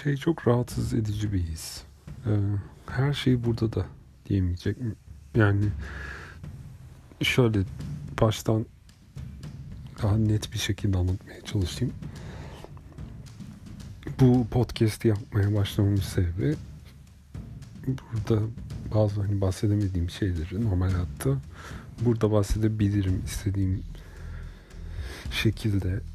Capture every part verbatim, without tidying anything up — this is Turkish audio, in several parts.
Şey çok rahatsız edici bir his. Ee, her şey burada da diyemeyecek. Yani şöyle baştan daha net bir şekilde anlatmaya çalışayım. Bu podcast'i yapmaya başlamamın sebebi burada bazı hani bahsedemediğim şeyleri normal hayatta burada bahsedebilirim istediğim şekilde.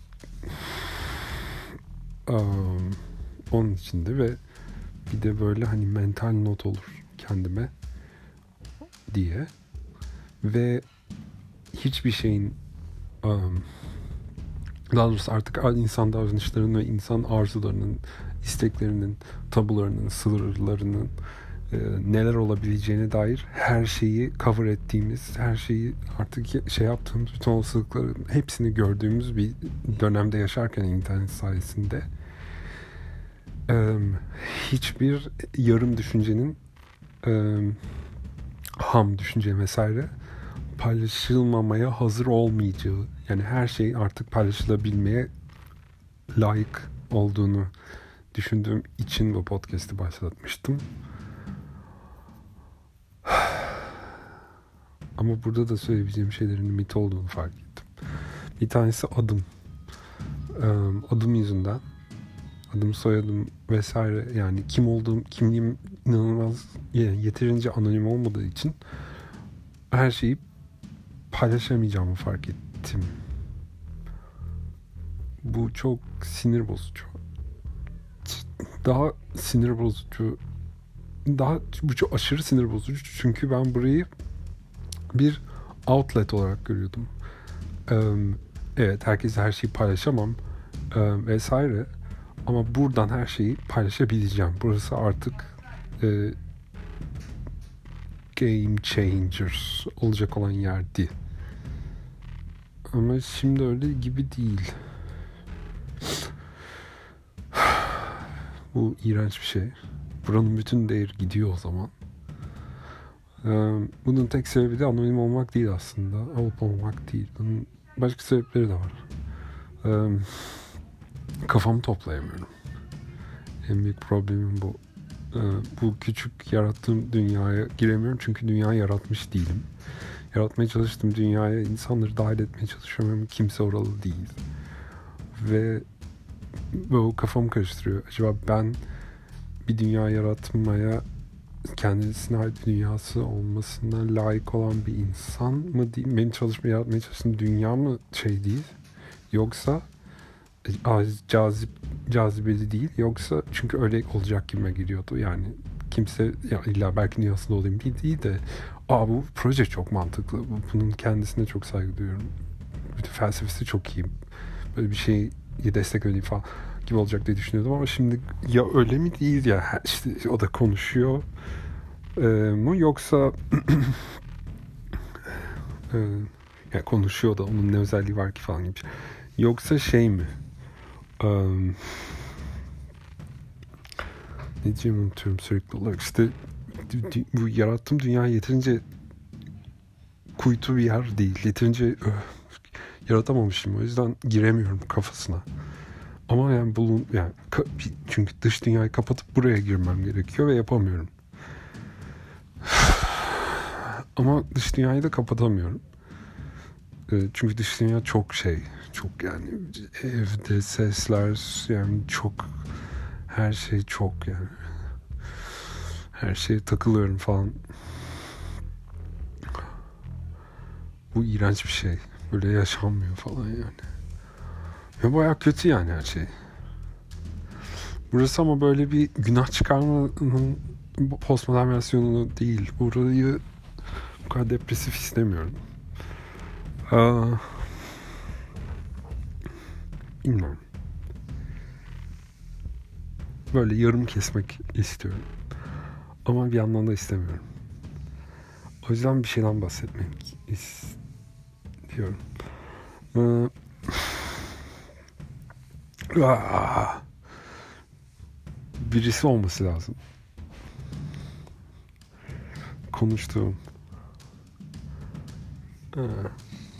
Um, onun içinde ve bir de böyle hani mental not olur kendime diye ve hiçbir şeyin um, daha doğrusu artık insan davranışlarının ve insan arzularının, isteklerinin, tabularının, sınırlarının e, neler olabileceğine dair her şeyi cover ettiğimiz, her şeyi artık şey yaptığımız, bütün olasılıkların hepsini gördüğümüz bir dönemde yaşarken internet sayesinde e, hiçbir yarım düşüncenin e, ham düşünce vesaire paylaşılmamaya hazır olmayacağı, yani her şey artık paylaşılabilmeye layık olduğunu düşündüğüm için bu podcast'i başlatmıştım. Ama burada da söyleyebileceğim şeylerin mit olduğunu fark ettim. Bir tanesi adım. Adım yüzünden. Adım, soyadım vesaire, yani kim olduğum, kimliğim inanılmaz yani yeterince anonim olmadığı için her şeyi paylaşamayacağımı fark ettim. Bu çok sinir bozucu. Daha sinir bozucu. Daha bu çok aşırı sinir bozucu. Çünkü ben burayı bir outlet olarak görüyordum. Ee, evet, herkese her şeyi paylaşamam ee, vesaire. Ama buradan her şeyi paylaşabileceğim. Burası artık e, game changer olacak olan yerdi. Ama şimdi öyle gibi değil. Bu iğrenç bir şey. Buranın bütün değeri gidiyor o zaman. Ee, bunun tek sebebi de anonim olmak değil aslında. Olup olmak değil. Bunun başka sebepleri de var. Ee, kafamı toplayamıyorum. En büyük problemim bu. Ee, bu küçük yarattığım dünyaya giremiyorum. Çünkü dünyayı yaratmış değilim. Yaratmaya çalıştığım dünyaya insanları dahil etmeye çalışıyorum ama kimse oralı değil. Ve bu kafamı karıştırıyor. Acaba ben bir dünya yaratmaya, kendisine ait bir dünyası olmasına layık olan bir insan mı değil? Benim çalışmaya, yaratmaya çalıştığım dünya mı şey değil? Yoksa cazip, cazibeli değil. Yoksa çünkü öyle olacak gibime geliyordu. Yani kimse ya illa belki dünyasında olayım değil, değil de aa bu proje çok mantıklı. Bunun kendisine çok saygı duyuyorum. Bütün felsefesi çok iyi. Böyle bir şeyi destek vereyim falan gibi olacak diye düşünüyordum ama şimdi ya öyle mi değil ya işte o da konuşuyor ee, mu yoksa e, ya konuşuyor da onun ne özelliği var ki falan gibi. Yoksa şey mi? Um, ne diyeceğimi unutuyorum sürekli olarak. İşte bu yarattığım dünya yeterince kuytu bir yer değil. Yeterince öh, yaratamamışım. O yüzden giremiyorum kafasına. Ama yani bulun yani çünkü dış dünyayı kapatıp buraya girmem gerekiyor ve yapamıyorum. Ama dış dünyayı da kapatamıyorum. Çünkü dış dünya çok şey, çok yani evde sesler, yani çok her şey çok yani her şeye takılıyorum falan. Bu iğrenç bir şey. Böyle yaşanmıyor falan yani. Ve bayağı kötü yani her şey. Burası ama böyle bir günah çıkarmanın postmodern versiyonu değil. Burayı bu kadar depresif istemiyorum. Aa, bilmiyorum. Böyle yarım kesmek istiyorum. Ama bir yandan da istemiyorum. O yüzden bir şeyden bahsetmek istiyorum. Ee, birisi olması lazım. Konuştuğum. Ee,